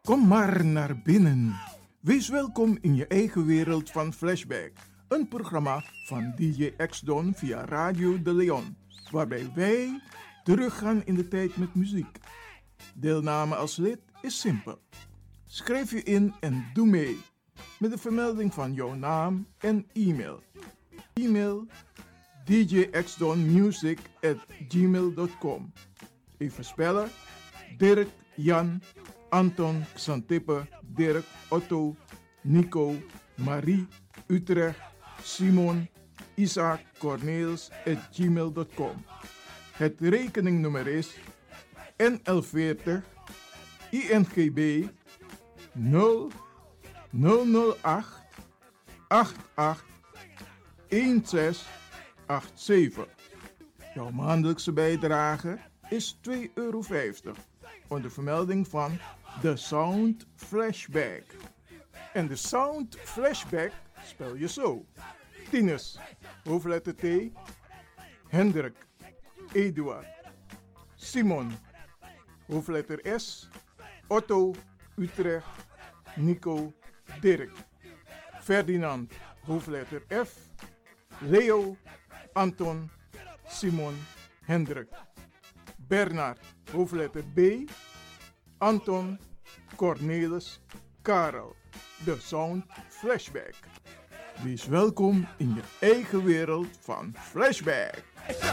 Kom maar naar binnen. Wees welkom in je eigen wereld van Flashback. Een programma van DJ X-Don via Radio de Leon. Waarbij wij teruggaan in de tijd met muziek. Deelname als lid is simpel. Schrijf je in en doe mee. Met de vermelding van jouw naam en e-mail. E-mail djxdonmusic@gmail.com. Even spellen. Dirk, Jan, Anton, Xantippe, Dirk, Otto, Nico, Marie, Utrecht, Simon, Isaac, Corneels @gmail.com. Het rekeningnummer is NL40 INGB 0008 88 1687. Jouw maandelijkse bijdrage is €2,50 onder vermelding van The Sound Flashback. En de Sound Flashback spel je zo: Tinus, hoofdletter T, Hendrik, Eduard, Simon, hoofdletter S, Otto, Utrecht, Nico, Dirk, Ferdinand, hoofdletter F, Leo, Anton, Simon, Hendrik, Bernard, hoofdletter B, Anton, Cornelis, Karel. De Sound Flashback. Wees welkom in je eigen wereld van Flashback.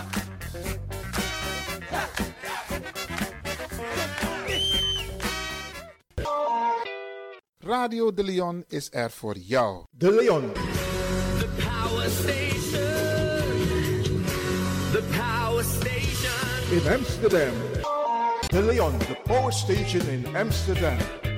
Radio de Leon is er voor jou. De Leon. The Power Station. The Power Station. In Amsterdam. De Leon, de Power Station in Amsterdam.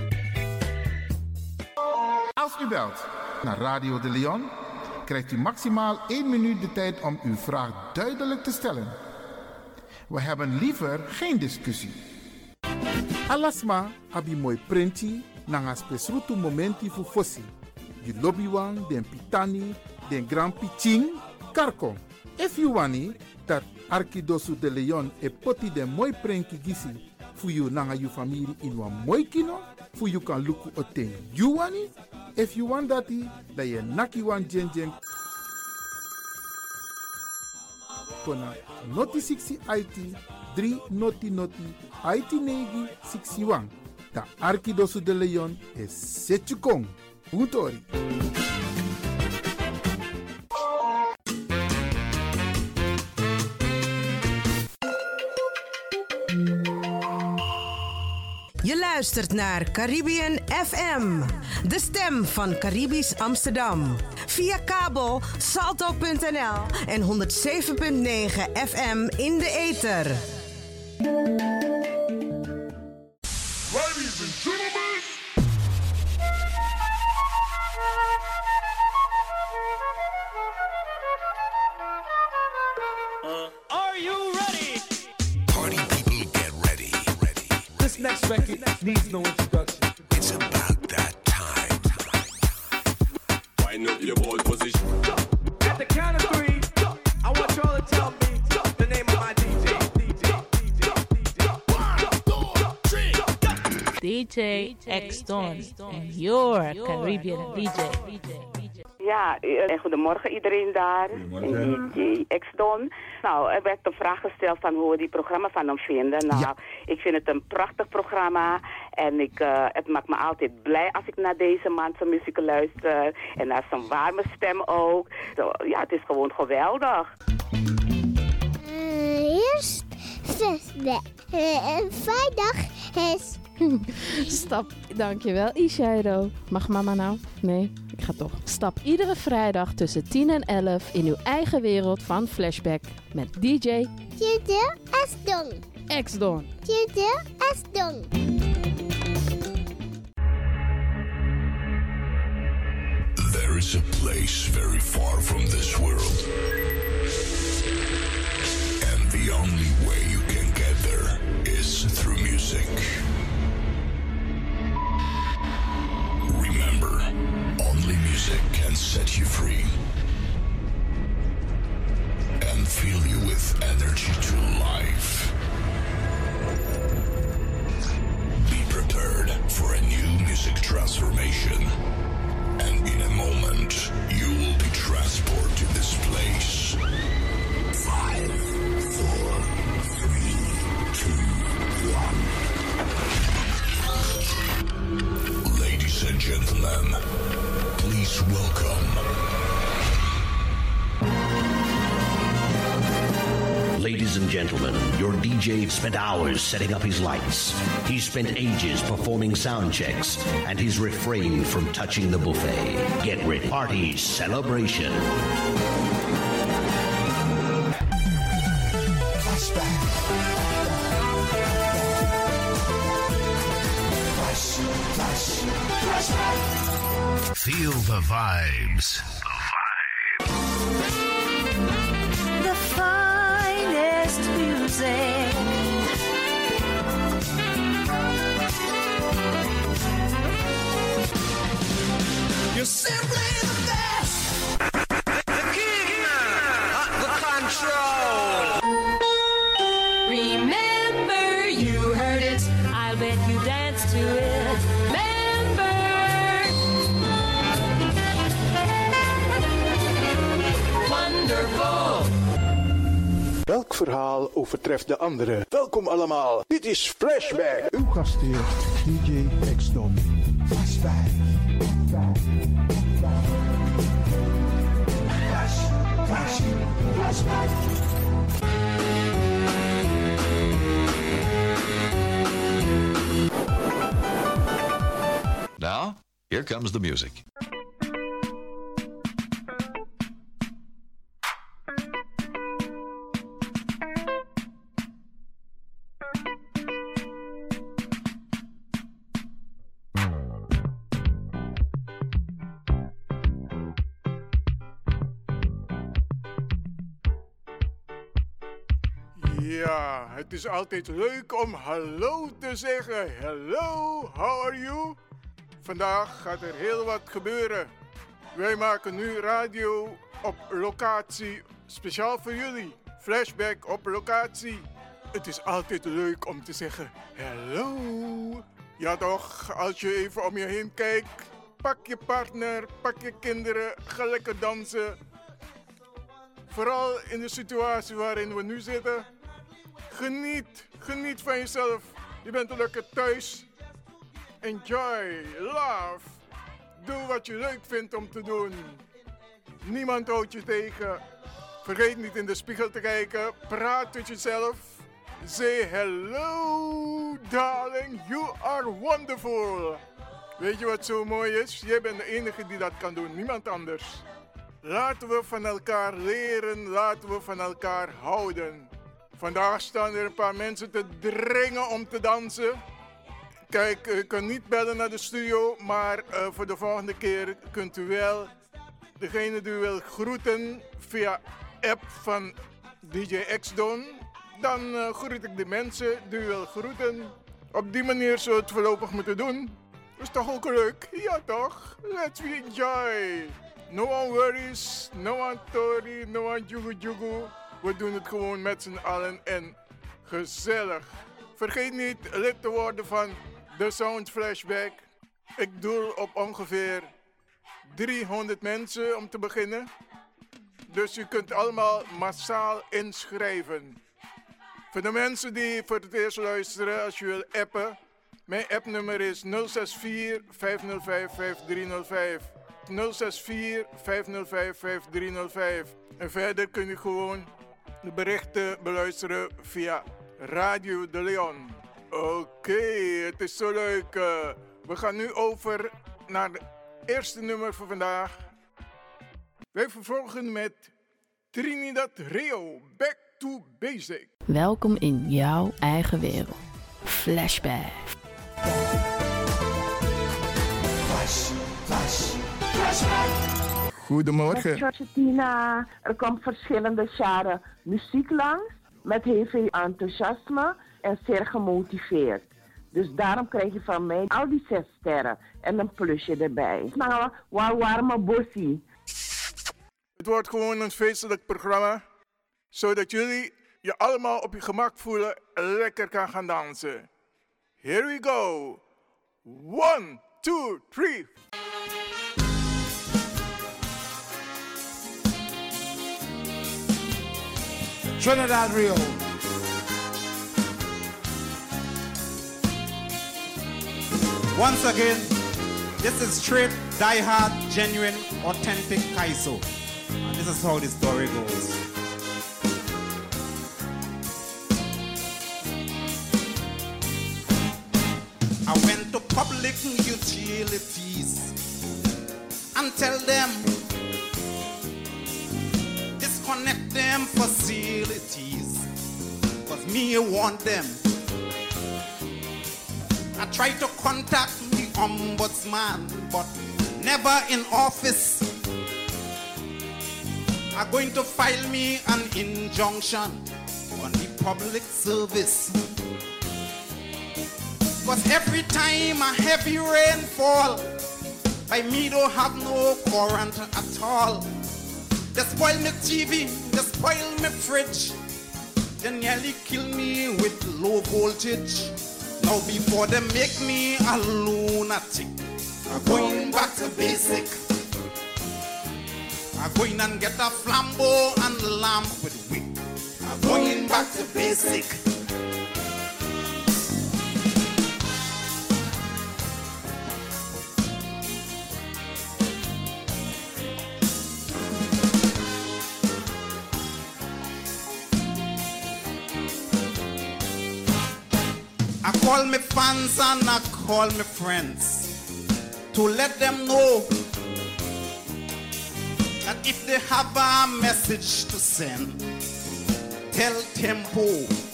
Als u belt naar Radio de Leon, krijgt u maximaal 1 minuut de tijd om uw vraag duidelijk te stellen. We hebben liever geen discussie. Alasma abi mooi printi nanga spesrutu momenti fu fossi. You lobby wan, den pitani, den grand piching, karko. If you wani, dat Arkidosu de Leon e poti den mooi prenki gisi fu you nanga you familie in wan mooi kino, fu you kan luku oten you wani. If you want dati, da ye naki wan jen jen. Kona noti 60 IT, 3 noti IT negi 61. Da Arkidosu de Leon e setjukong. Utori. Je luistert naar Caribbean FM, de stem van Caribisch Amsterdam. Via kabel salto.nl en 107.9 FM in de ether. Ladies and gentlemen. Are you ready? Party people, get ready. This next record needs no introduction. It's about that time. Wind up your ball position. At the count of 3, I want y'all to tell me the name of my DJ. DJ X-Don and your Caribbean DJ. Ja, goedemorgen iedereen daar. DJ X-Don. Nou, er werd een vraag gesteld van hoe we die programma van hem vinden. Nou, ja. Ik vind het een prachtig programma. En het maakt me altijd blij als ik naar deze man zijn muziek luister. En naar zijn warme stem ook. Zo, ja, het is gewoon geweldig. Eerst vrijdag is... Stap, dankjewel Ishairo. Mag mama nou? Nee, ik ga toch. Stap iedere vrijdag tussen 10 en 11 in uw eigen wereld van Flashback. Met DJ X-Don. X-Don. X-Don. There is a place very far from this world. And the only way you can get there is through music. Remember, only music can set you free and fill you with energy to life. Be prepared for a new transformation. And in a moment, you will be transported to this place. 5, 4, 3, 2, 1. Ladies and gentlemen, please welcome. Ladies and gentlemen, your DJ spent hours setting up his lights. He spent ages performing sound checks, and he's refrained from touching the buffet. Get ready. Party celebration. Flashback. Flashback. Feel the vibes. The finest music. You're simply the best. The king, the control. Remember, you heard it. I'll bet you dance to it. Remember. Wonderful. Welk verhaal overtreft de andere? Welkom allemaal, dit is Flashback. Uw gastheer, DJ X-Don. Flashback. Flashback. Now, here comes the music. Ja, het is altijd leuk om hallo te zeggen. Hello, how are you? Vandaag gaat er heel wat gebeuren. Wij maken nu radio op locatie, speciaal voor jullie. Flashback op locatie. Het is altijd leuk om te zeggen hello. Ja toch, als je even om je heen kijkt, pak je partner, pak je kinderen, ga lekker dansen. Vooral in de situatie waarin we nu zitten. Geniet van jezelf. Je bent lekker thuis. Enjoy, love. Doe wat je leuk vindt om te doen. Niemand houdt je tegen. Vergeet niet in de spiegel te kijken. Praat met jezelf. Say hello, darling. You are wonderful. Weet je wat zo mooi is? Jij bent de enige die dat kan doen. Niemand anders. Laten we van elkaar leren. Laten we van elkaar houden. Vandaag staan er een paar mensen te dringen om te dansen. Kijk, u kunt niet bellen naar de studio, maar voor de volgende keer kunt u wel degene die u wil groeten via app van DJ X-Don. Dan groet ik de mensen die u wil groeten. Op die manier zou het voorlopig moeten doen. Is toch ook leuk? Ja toch? Let's enjoy. No one worries, no one story, no one jugu. We doen het gewoon met z'n allen en gezellig. Vergeet niet lid te worden van The Sound Flashback. Ik doel op ongeveer 300 mensen om te beginnen. Dus u kunt allemaal massaal inschrijven. Voor de mensen die voor het eerst luisteren, als je wil appen. Mijn appnummer is 064 505 5305. 064 505 5305. En verder kun je gewoon de berichten beluisteren via Radio de Leon. Oké, het is zo leuk. We gaan nu over naar het eerste nummer voor vandaag. Wij vervolgen met Trinidad Rio, Back to Basic. Welkom in jouw eigen wereld. Flashback. Goedemorgen. Georgina, er komt verschillende jaren muziek langs met heel veel enthousiasme en zeer gemotiveerd. Dus daarom krijg je van mij al die 6 sterren en een plusje erbij. Nou, warme bossie. Het wordt gewoon een feestelijk programma, zodat jullie je allemaal op je gemak voelen en lekker kan gaan dansen. Here we go. 1, 2, 3. Trinidad Rio. Once again, this is straight, die-hard, genuine, authentic Kaiso. And this is how the story goes. I went to public utilities and tell them disconnect them facilities, cause me want them. I tried to contact the ombudsman, but never in office. I'm going to file me an injunction on the public service. Cause every time a heavy rain fall, by me don't have no current at all. They spoil me TV, they spoil me fridge, they nearly kill me with low voltage. Now before they make me a lunatic, I'm going back to basic. I'm going and get a flambeau and lamp with wick. I'm going back to basic. I call me fans and I call me friends to let them know that if they have a message to send, tell Tempo.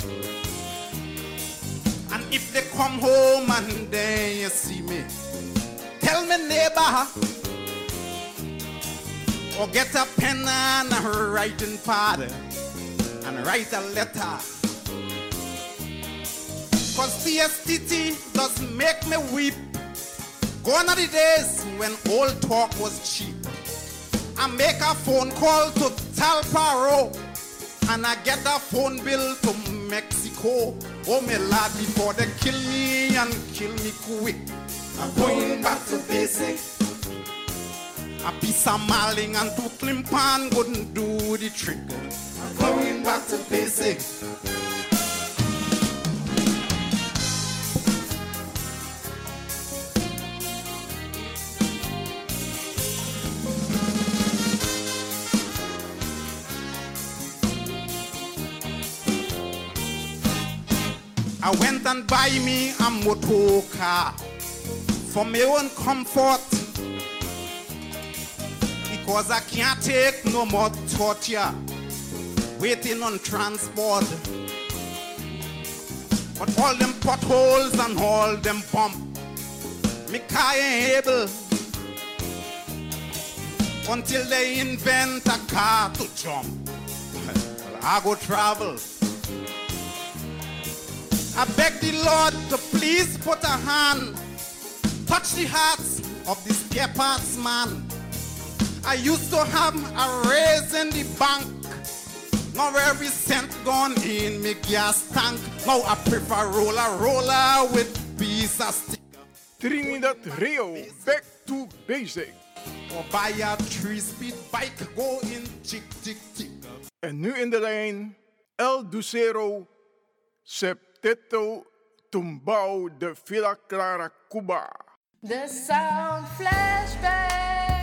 And if they come home and they see me, tell me neighbor, or get a pen and a writing pad and write a letter. Cause CSTT does make me weep. Gone are the days when old talk was cheap. I make a phone call to Talparo and I get a phone bill to Mexico. Oh my lad, before they kill me and kill me quick, I'm going back to basic. A piece of malling and two climpan wouldn't do the trick. I'm going back to basic. I went and buy me a motor car for my own comfort, because I can't take no more torture waiting on transport. But all them potholes and all them bumps, me car ain't able until they invent a car to jump. Well, I go travel. I beg the Lord to please put a hand, touch the hearts of the spare parts man. I used to have a raise in the bank, now every cent gone in me gas tank. Now I prefer roller with piece of stick. Trinidad Rio, back to basic. Or buy a 3-speed bike, go in tick tick tick. En nu in de lijn, El Ducero, Septeto Tumbao de Villa Clara, Cuba. The Sound Flashback.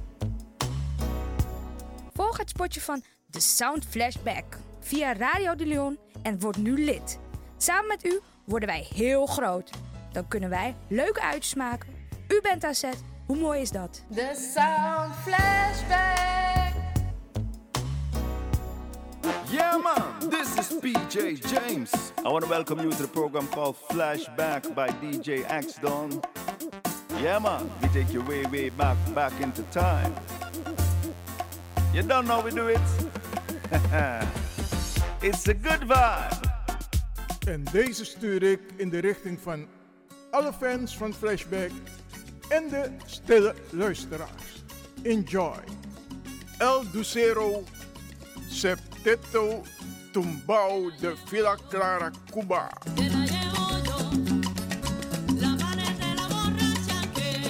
Volg het spotje van The Sound Flashback via Radio de Leon en word nu lid. Samen met u worden wij heel groot. Dan kunnen wij leuke uitjes maken. U bent aan zet. Hoe mooi is dat? The Sound Flashback. Yeah, man, this is PJ James. I want to welcome you to the program called Flashback by DJ X-Don. Yeah, man, we take you way back into time. You don't know we do it? It's a good vibe. En deze stuur ik in de richting van alle fans van Flashback en de stille luisteraars. Enjoy. El Ducero, Septeto Tumbao de Villa Clara, Cuba. La manera de la borracha que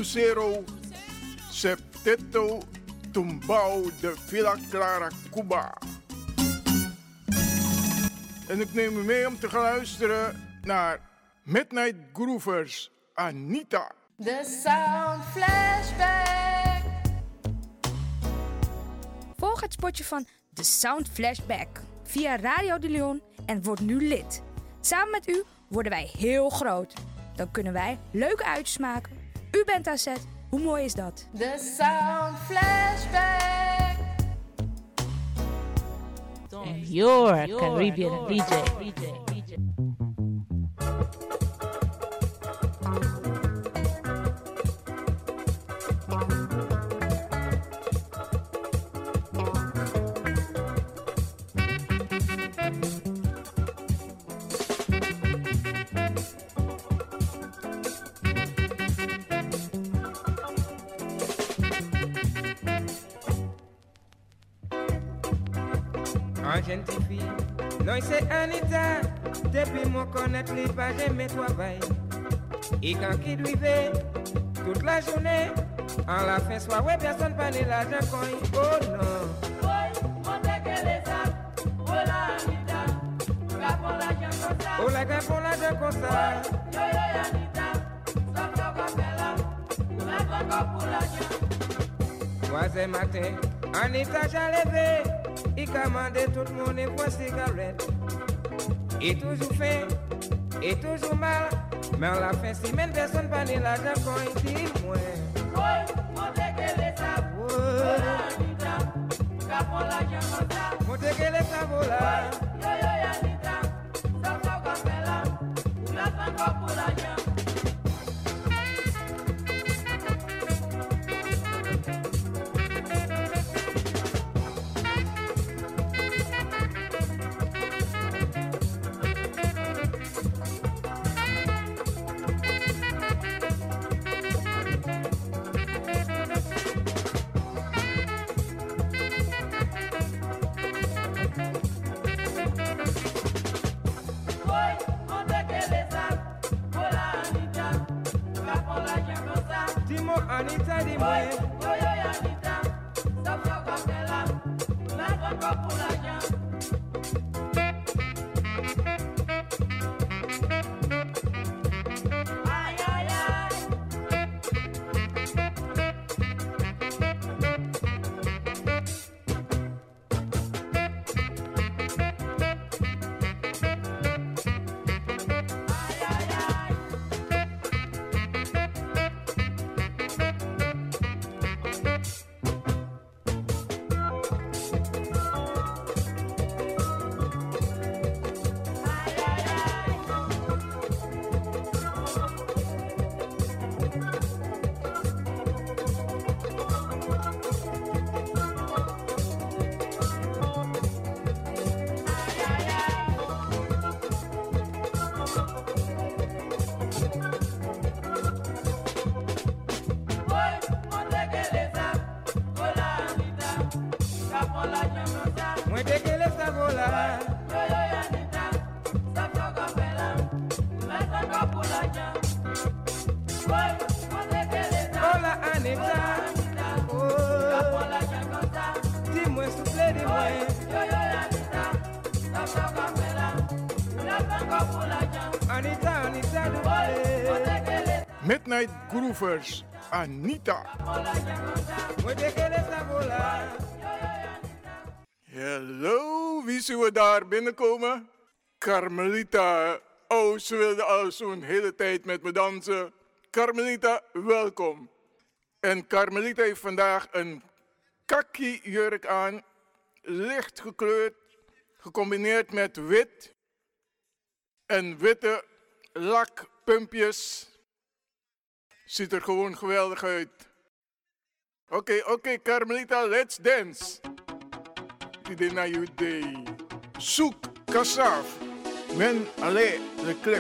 Cruzeiro, Septeto, Tumbao de Villa Clara, Cuba. En ik neem u mee om te gaan luisteren naar Midnight Groovers, Anita. The Sound Flashback. Volg het spotje van The Sound Flashback via Radio de Leon en word nu lid. Samen met u worden wij heel groot. Dan kunnen wij leuke uitjes maken. U bent aan zet. Hoe mooi is dat? The Sound Flashback. And your Caribbean DJ. Gentille fille, non c'est Anita, depuis mon connaître les pas jamais travail. Et quand qu'il vivait, toute la journée, en la fin soir, ouais, personne pas né l'argent quand il, oh non. Oui, montez que les sacs, oh la Anita, gapons l'argent comme ça. Oh la gapons l'argent comme ça. Yo yo Anita, ça fait quoi faire là, la encore pour l'argent. 3h matin, Anita j'ai levé. Il commandait tout le monde et pour cigarette. Et toujours faim, et toujours mal. Mais en la fin semaine, personne pas né l'argent quand il dit moi. Oui, montez que les sables, oh la Anita, gapons l'argent comme ça. Montez que les sables là. Yo yo Anita, ça fait quoi faire là, la encore pour l'argent. Anita, dis-moi. Yo yo Anita, ça fait quoi faire là, la encore pour l'argent. Aïe aïe aïe. Midnight Groovers, Anita. Hallo, wie zien we daar binnenkomen? Carmelita. Oh, ze wilde al zo'n hele tijd met me dansen. Carmelita, welkom. En Carmelita heeft vandaag een kaki jurk aan, licht gekleurd, gecombineerd met wit en witte lakpumpjes. Ziet er gewoon geweldig uit. Oké, Carmelita, let's dance. Die na you day. Zoek Kassav. Men allez le clip.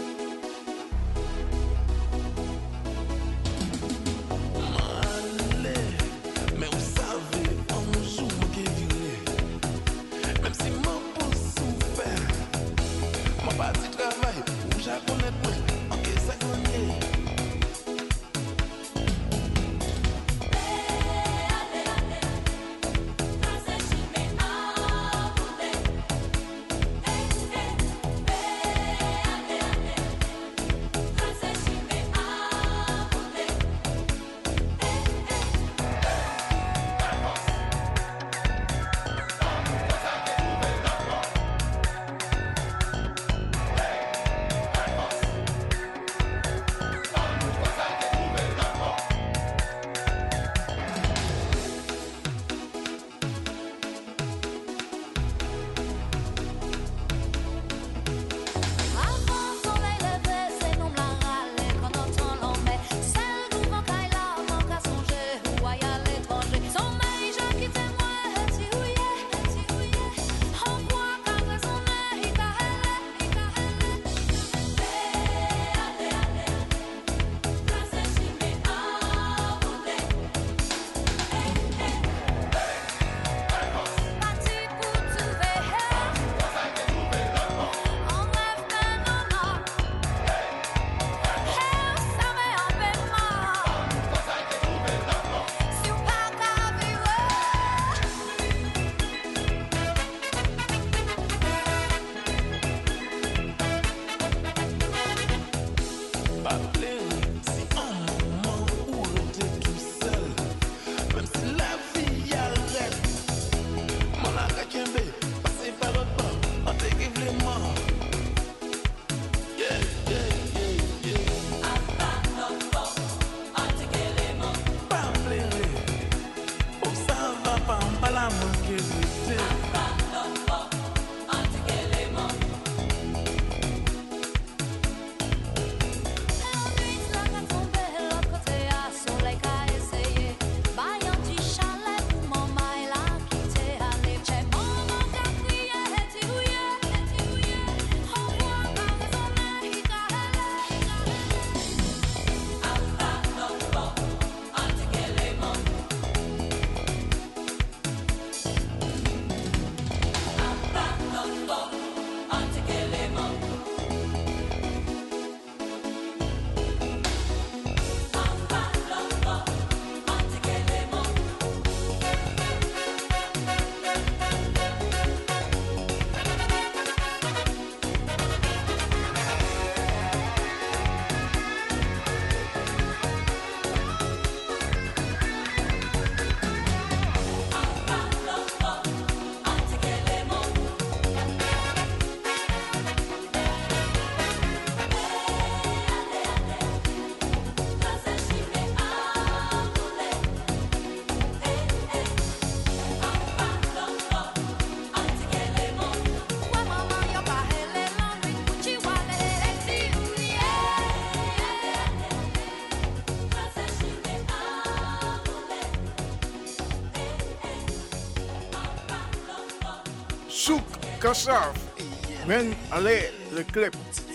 Souk Kassaf. Men allez, le clip.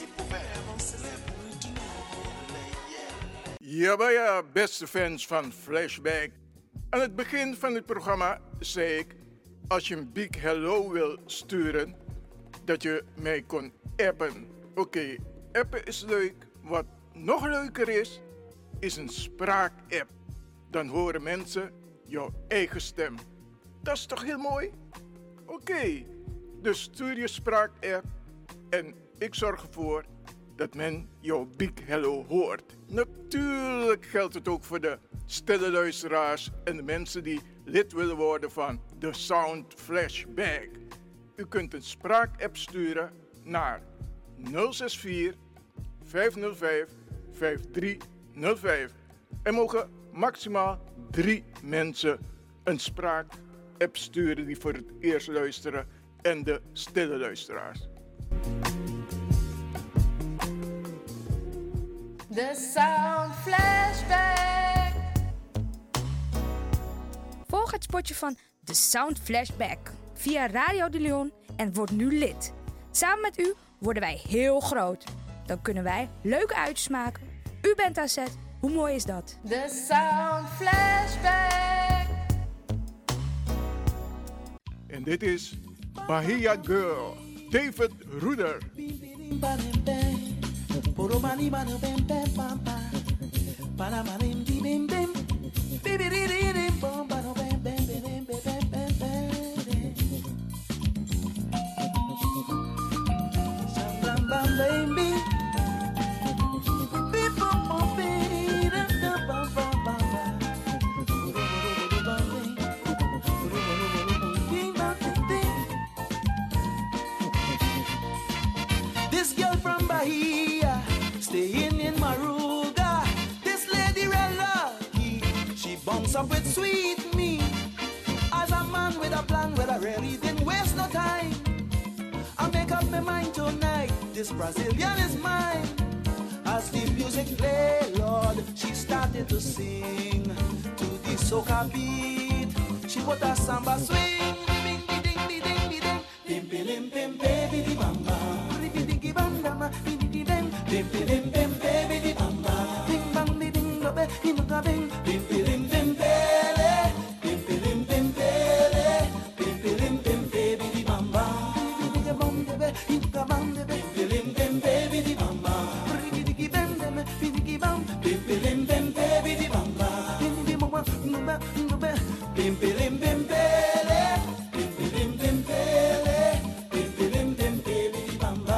Ja, beste fans van Flashback. Aan het begin van het programma zei ik, als je een big hello wil sturen, dat je mij kon appen. Oké, appen is leuk. Wat nog leuker is een spraakapp. Dan horen mensen jouw eigen stem. Dat is toch heel mooi? Oké, dus stuur je spraakapp en ik zorg ervoor dat men jouw big hello hoort. Natuurlijk geldt het ook voor de stille luisteraars en de mensen die lid willen worden van de Sound Flashback. U kunt een spraakapp sturen naar 064 505 5305. Er mogen maximaal 3 mensen een spraakapp sturen die voor het eerst luisteren en de stille luisteraars. De Sound Flashback. Volg het spotje van de Sound Flashback via Radio de Leon en word nu lid. Samen met u worden wij heel groot. Dan kunnen wij leuke uitjes maken. U bent aan zet. Hoe mooi is dat? De Sound Flashback. En dit is Bahia Girl, David Ruder. This girl from Bahia, staying in Maruga. This lady real lucky, she bunks up with sweet me. As a man with a plan, where I really didn't waste no time. I make up my mind tonight, this Brazilian is mine. As the music play, Lord, she started to sing to the soca beat. She put a samba swing, bing, bing, bing, bing, bing, bing, bing, bing, baby, di bamba. Bim bim bim baby di bamba, bing bang di ding lobe, di muka bing, bim bim bim bele, bim bim bim bele, bim bim bim baby di bamba, bim bim bam debe, di muka bam debe, bim bim baby di bamba, bim bim bim bam, bim bam, bim bim baby di bamba, bim bim bam lobe, lobe, bim bim bim bele, bim bim bim bele, bim bim baby di bamba.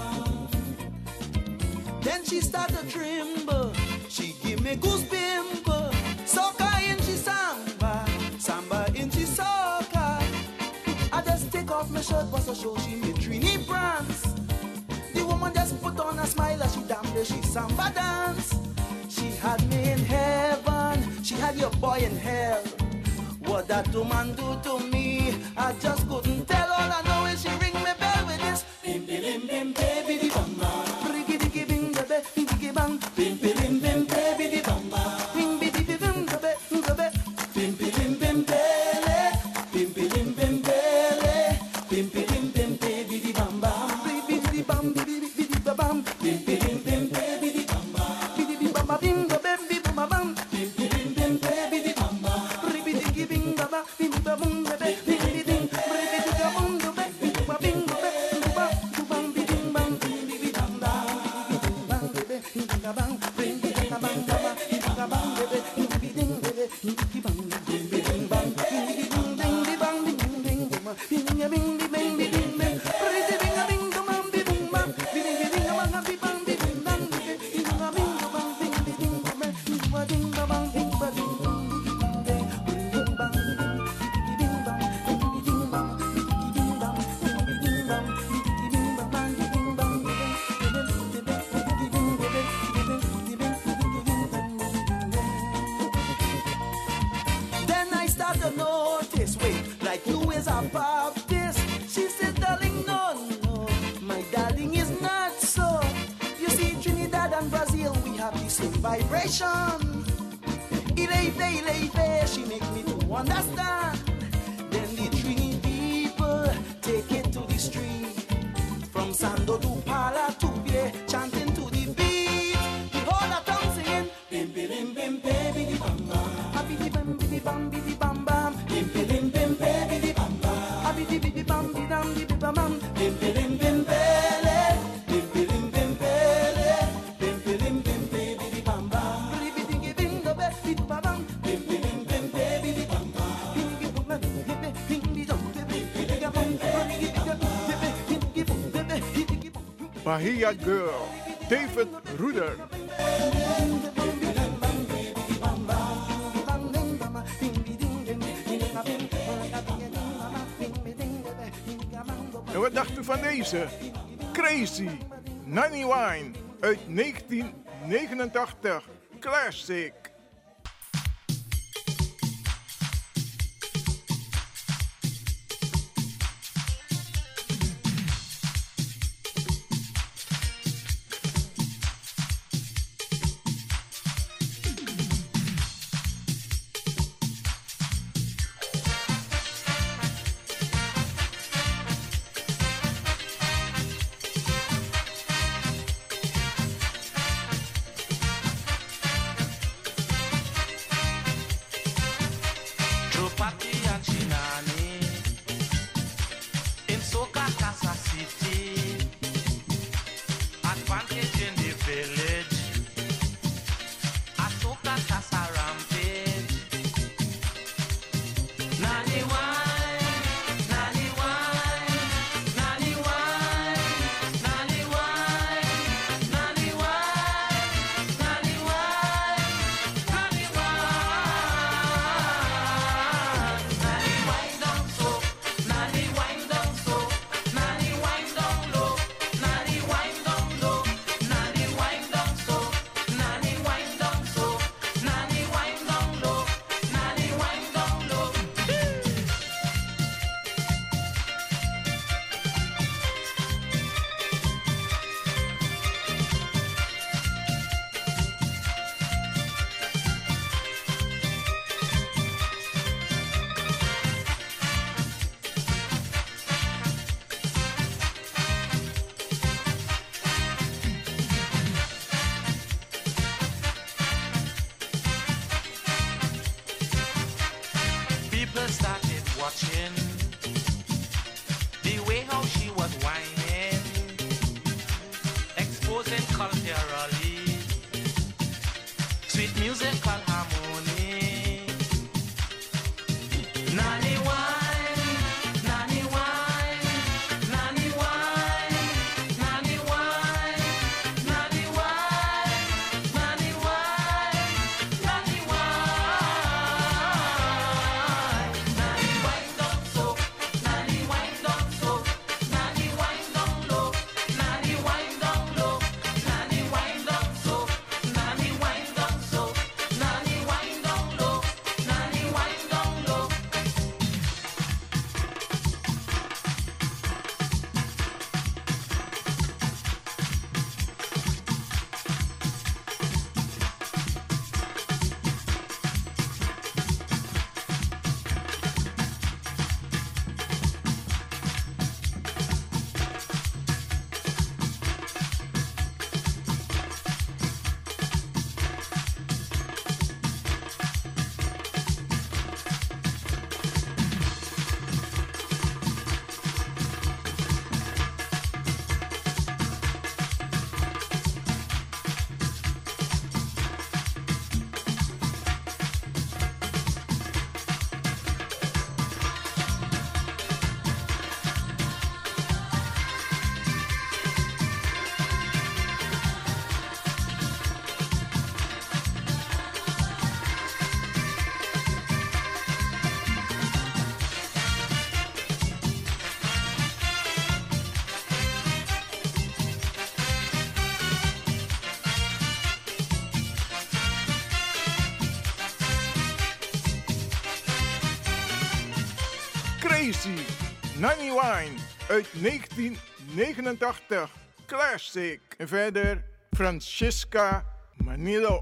Then she started tremble, she give me goose pimple. Soca in she samba, samba in she soca. I just take off my shirt for so show she me Trini prance. The woman just put on a smile as she damn she samba dance. She had me in heaven, she had your boy in hell. What that woman do to me, I just couldn't tell. All I know is she ring me bell with this bim bim bim baby di bamba. Bim bim bim baby di bamba, bim bim bim gobe gobe, bim bim bim bele, bim bim bim bele, bim bim bim baby di bamba, bim di bam di bam, bim bim bim baby di bamba, bim bamba bim gobe bim bam, bim bim bim baby di bamba, bim di bim baba bim bam gobe, bim di bim bam gobe, bim bam gobe, bam bim bam bim bamba, bam gobe bam. Vibration, she make me to understand. Then the Trini people take Bahia Girl, David Ruder. En wat dacht u van deze? Crazy, Nanny Wine uit 1989, classic. Crazy, Nanny Wine uit 1989, classic. En verder Francisca Manilo.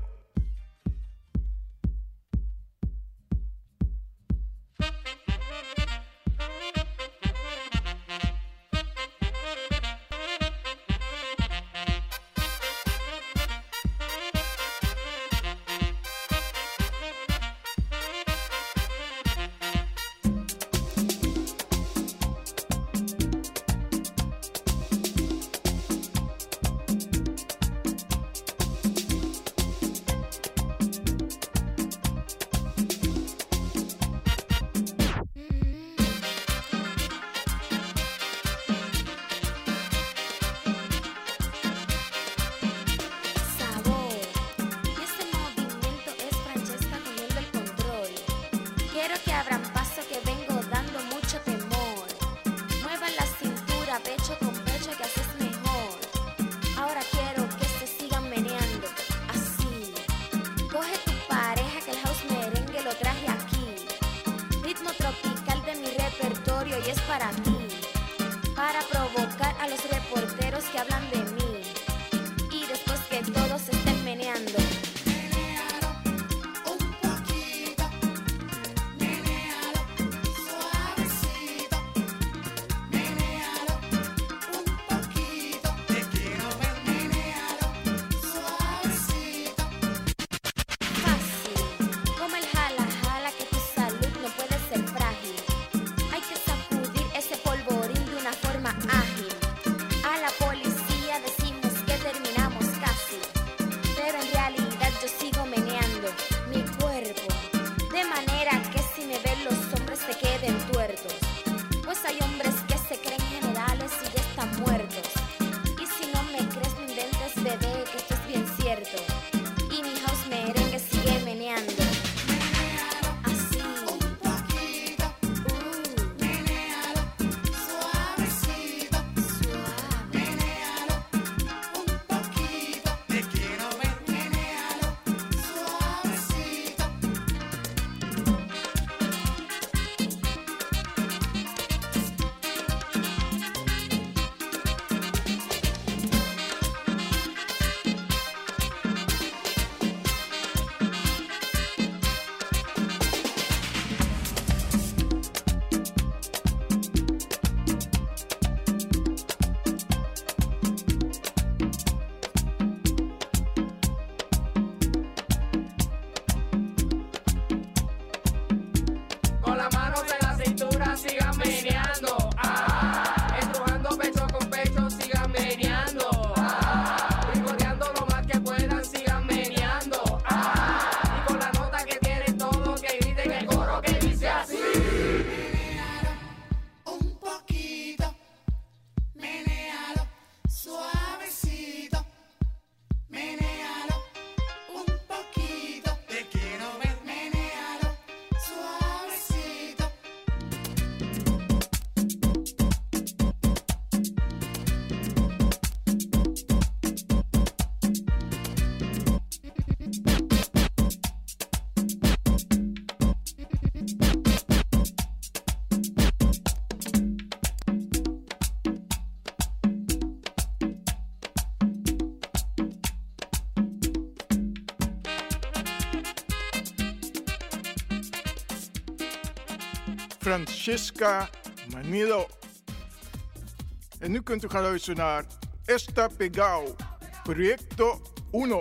Francisca Manilo. En nu kunt u gaan luisteren naar Esta Pegao, Proyecto Uno.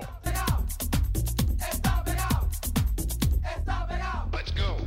Let's go.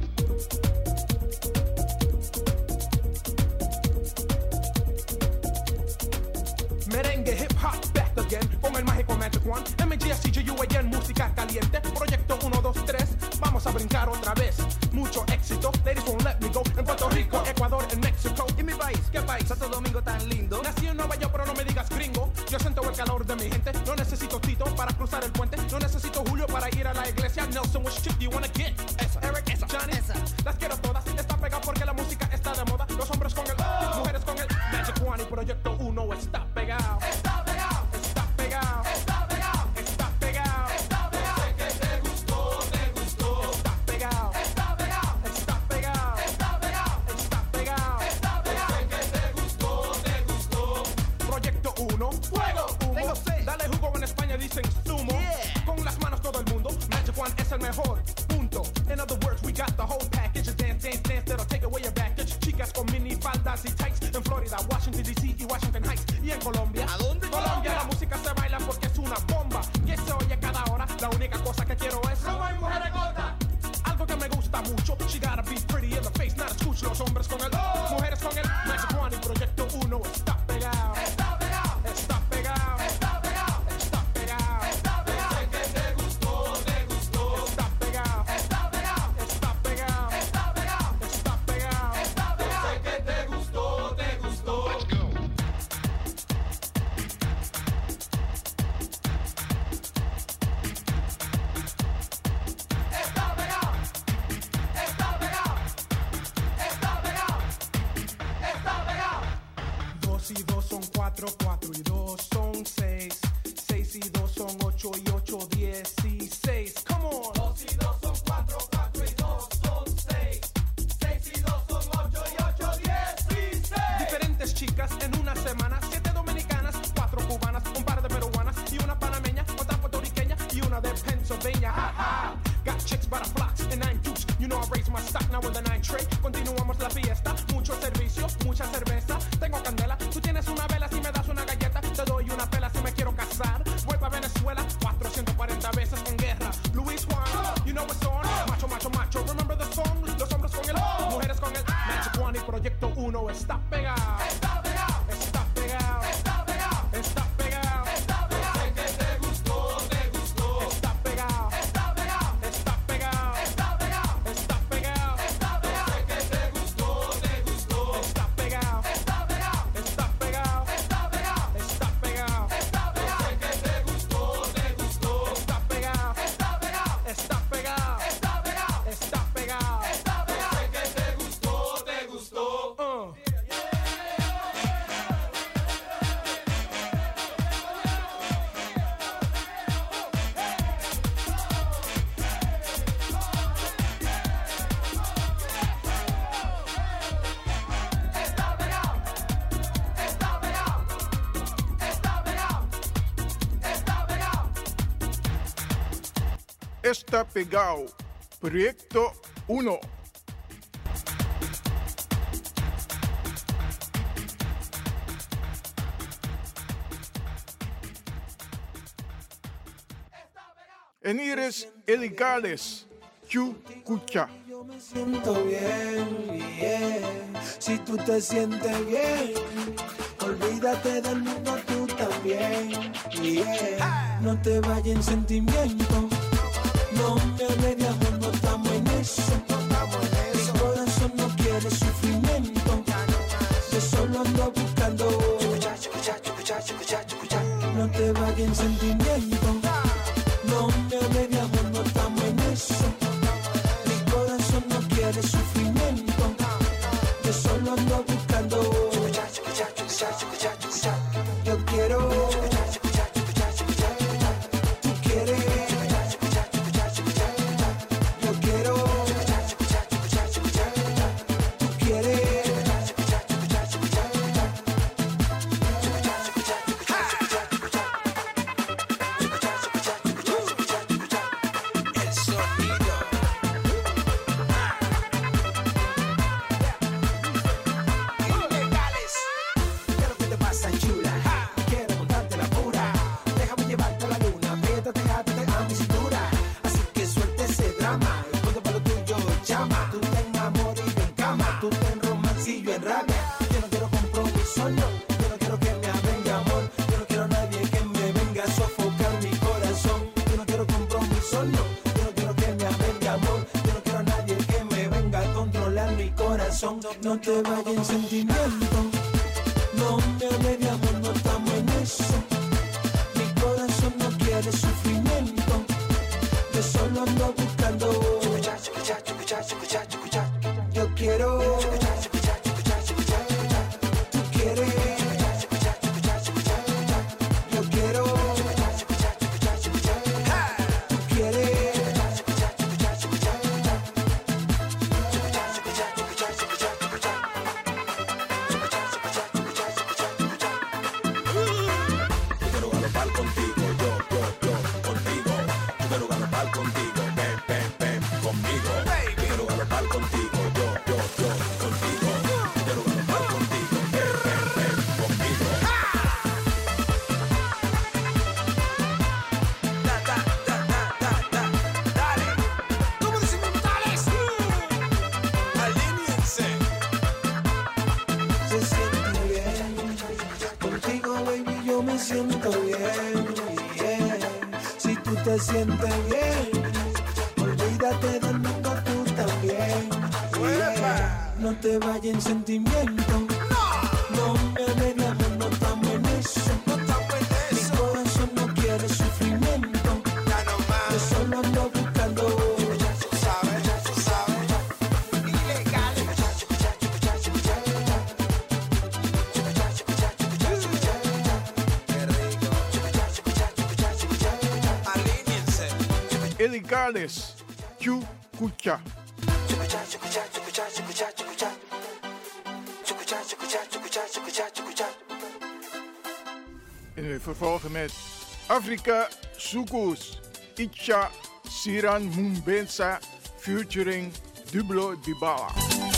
Merengue, hip hop, back again. Con el mágico Magic One. MGSCGUAN, música caliente. Proyecto 1, 2, 3. Vamos a brincar otra vez. Mucho éxito. Ladies won't let me go. En Puerto Rico, Ecuador, en México. ¿Y mi país? ¿Qué país? Santo Domingo tan lindo. Nací en Nueva York, pero no me digas gringo. Yo siento el calor de mi gente. No necesito Tito para cruzar el puente. No necesito Julio para ir a la iglesia. Nelson, which chick do you wanna get? Esa. Eric, esa. Johnny, esa. Las quiero todas. Está pegado porque la música está de moda. Los hombres con el, mujeres con el Magic One y Proyecto 1 está pegado. Está pegado. Está pegado. Está pegado. Está pegado. Está pegado. Sé que te gustó, te gustó. Está pegado. Está pegado. Está pegado. Está pegado. Está pegado. Está pegado. Sé que te gustó, te gustó. Proyecto 1, fuego. Humo. Dale jugo, en España dicen zumo. Yeah. Con las manos todo el mundo. Magic One es el mejor. Punto. In other words, we got the whole package. Dance, dance, dance, that'll take away your baggage. Chicas con mini faldas y tights. En Florida, Washington DC y Washington Heights. Y en Colombia. ¿A dónde? Colombia, la música se baila porque es una bomba. Que se oye cada hora. La única cosa que quiero es Roma y mujeres gordas. Algo que me gusta mucho. She gotta be pretty in the face, not escucho. Los hombres con el, mujeres con el Magic One y Proyecto 1 está pegado. Está pegado. Está pegado. Está pegado. Está pegado. Está pegado. Sé que te gustó, te gustó. Está pegado. Está pegado. Está pegado. Está pegado. Está pegado. Está pegado. Sé que te gustó, te gustó. Let's go. Está pegado. Está pegado. Está pegado. Está pegado. 2 y 2 son 4, 4 y 2 son 6. 6 y 2 son 8 y 8, 16. Come on. 2 y 2 son 4, 4 y 2 son 6. 6 y 2 son 8 y 8, 16. Diferentes chicas en una semana. 7 dominicanas, 4 cubanas, un par de peruanas y una panameña, otra puertorriqueña y una de Pennsylvania. Ha, ha. Got chicks by the flocks and 9 dukes. You know I raise my stock now with the 9 tray. Continuamos la fiesta. Mucho servicio, mucha cerveza. Tengo candela. Tú tienes una vela si me das una galleta. Te doy una pela si me quiero casar. Voy pa' Venezuela 440 veces en guerra. Luis Juan, you know what's on. Macho, macho, macho. Remember the song. Los hombres con el, mujeres con el Magic One y Proyecto 1 está pegado. Está pegado. Está pegado. Está pegado. Está pegado. Está pegado. Sé que te gustó, te gustó. Está pegado. Está pegado. Está pegado. Está pegado. Está pegado. Está pegado. Sé que te gustó, te gustó. Está pegado. Está pegado. Está pegado. Está pegado. Está pegado. Está pegado. Sé que te gustó, te gustó. Está pegado. Está pegado. Está pegado. Está pegado. Está pegado. Está pegado. Sé que te gustó, te gustó. Está pegado, Proyecto 1. En hier is Eli Gales, Chucucha. Yo me siento bien, yeah. Si tú te sientes bien, olvídate del mundo tú también, yeah. No te vayas en sentimiento, no me hables de amor, no estamos en eso. Mi corazón no quiere sufrimiento, yo solo ando buscando. No te vayas en sentimiento, no me hables de amor, no estamos en eso. Mi corazón no quiere sufrimiento, yo solo ando buscando. Yo quiero. Tú quieres. Yo quiero. Tú quieres. insomnio. Yo no quiero que me hablen de amor. Yo no quiero a nadie que me venga a sofocar mi corazón. Yo no quiero compromiso, no. Yo no quiero que me hablen de amor. Yo no quiero a nadie que me venga a controlar mi corazón. No te vayas en sentimiento. No me hables de amor, no estamos en eso. Mi corazón no quiere sufrimiento. Yo solo ando buscando. Yo quiero. Tú quieres. Yo quiero. Tú quieres. Yo quiero galopar contigo, yo, contigo. Yo quiero galopar contigo, ven, conmigo. Yo quiero galopar contigo, yo, contigo. Yo quiero galopar contigo, ven, conmigo. Dale. ¿Cómo decimos tales? Alíñense. Se siente bien. Contigo, baby, yo me siento bien. Si tú te sientes bien, olvídate del mundo tú también. No te vayas en sentimiento. No me hables de amor, no estamos en eso. Mi corazón no quiere sufrimiento. Yo solo ando buscando. Eligales, Chucucha. En we vervolgen met Afrika Soukous, Icha Siran Mumbensa featuring Dublo Dibala.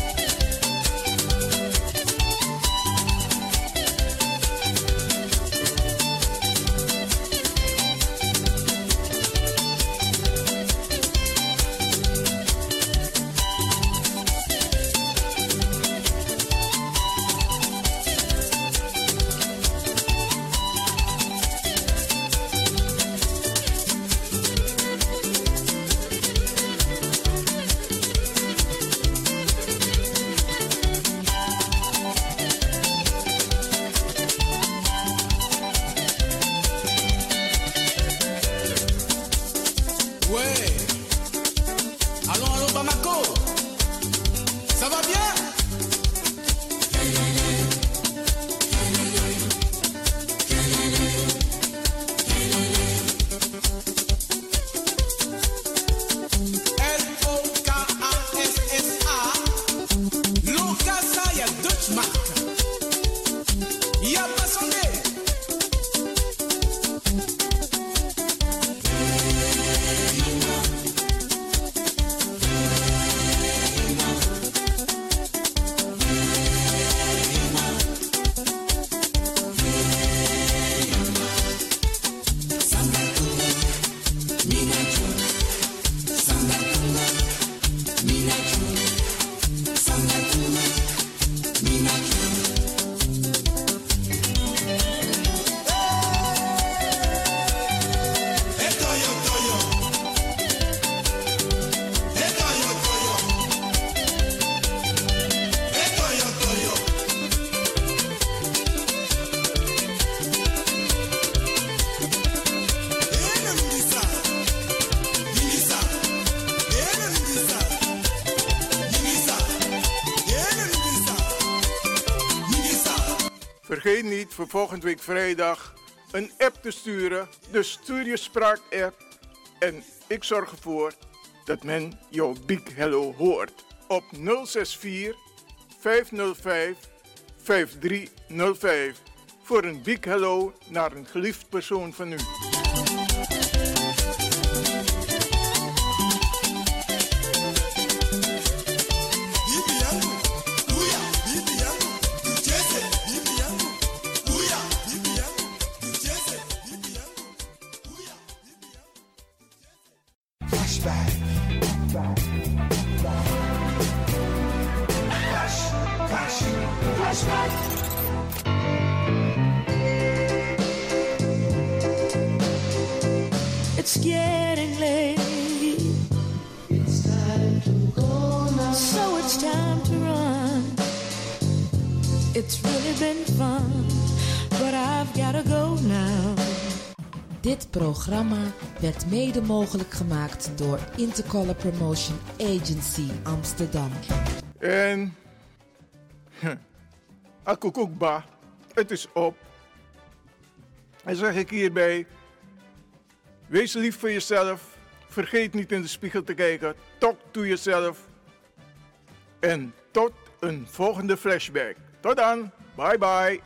Vergeet niet voor volgende week vrijdag een app te sturen, de Stuur Je Spraak app. En ik zorg ervoor dat men jouw Big Hello hoort op 064 505 5305 voor een Big Hello naar een geliefd persoon van u. todos quieren leer. It's time to go now. So it's time to run. It's really been fun, but I've gotta go now. Dit programma werd mede mogelijk gemaakt door Intercolor Promotion Agency Amsterdam. En Akukukba, het is op. En zeg ik hierbij, wees lief voor jezelf. Vergeet niet in de spiegel te kijken. Talk to yourself. En tot een volgende flashback. Tot dan. Bye bye.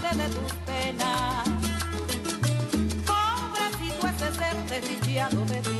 desdichado de ti.